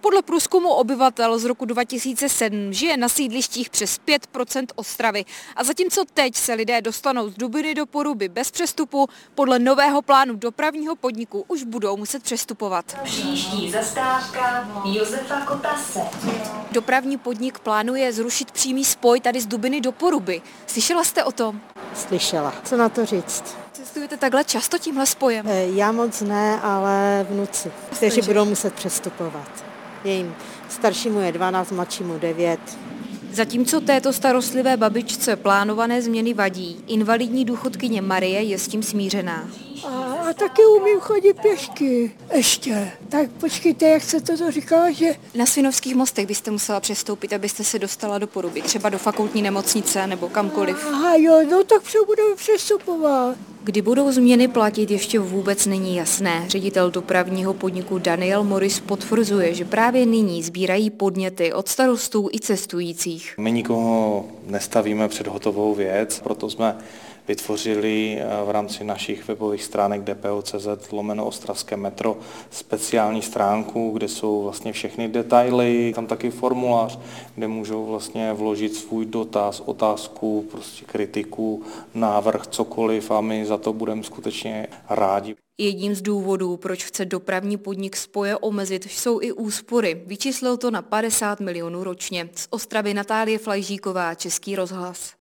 Podle průzkumu obyvatel z roku 2007 žije na sídlištích přes 5% Ostravy. A zatímco teď se lidé dostanou z Dubiny do Poruby bez přestupu, podle nového plánu dopravního podniku už budou muset přestupovat. Příští zastávka Josefa Kotase. Dopravní podnik plánuje zrušit přímý spoj tady z Dubiny do Poruby. Slyšela jste o tom? Slyšela. Co na to říct? Cestujete takhle často tímhle spojem? Já moc ne, ale vnuci, kteří budou muset přestupovat. Jejím staršímu je 12, mladšímu 9. Zatímco této starostlivé babičce plánované změny vadí, invalidní důchodkyně Marie je s tím smířená. A taky umím chodit pěšky ještě. Tak počkejte, jak se to říkala, že... Na Svinovských mostech byste musela přestoupit, abyste se dostala do Poruby, třeba do fakultní nemocnice nebo kamkoliv. Aha jo, no tak budeme přestupovat. Kdy budou změny platit, ještě vůbec není jasné. Ředitel dopravního podniku Daniel Morris potvrzuje, že právě nyní sbírají podněty od starostů i cestujících. My nikoho nestavíme před hotovou věc, proto jsme vytvořili v rámci našich webových stránek dpo.cz/ostravské metro speciální stránku, kde jsou vlastně všechny detaily, tam taky formulář, kde můžou vlastně vložit svůj dotaz, otázku, prostě kritiku, návrh, cokoliv a my za to budeme skutečně rádi. Jedním z důvodů, proč chce dopravní podnik spoje omezit, jsou i úspory. Vyčíslil to na 50 milionů ročně. Z Ostravy Natálie Flajžíková, Český rozhlas.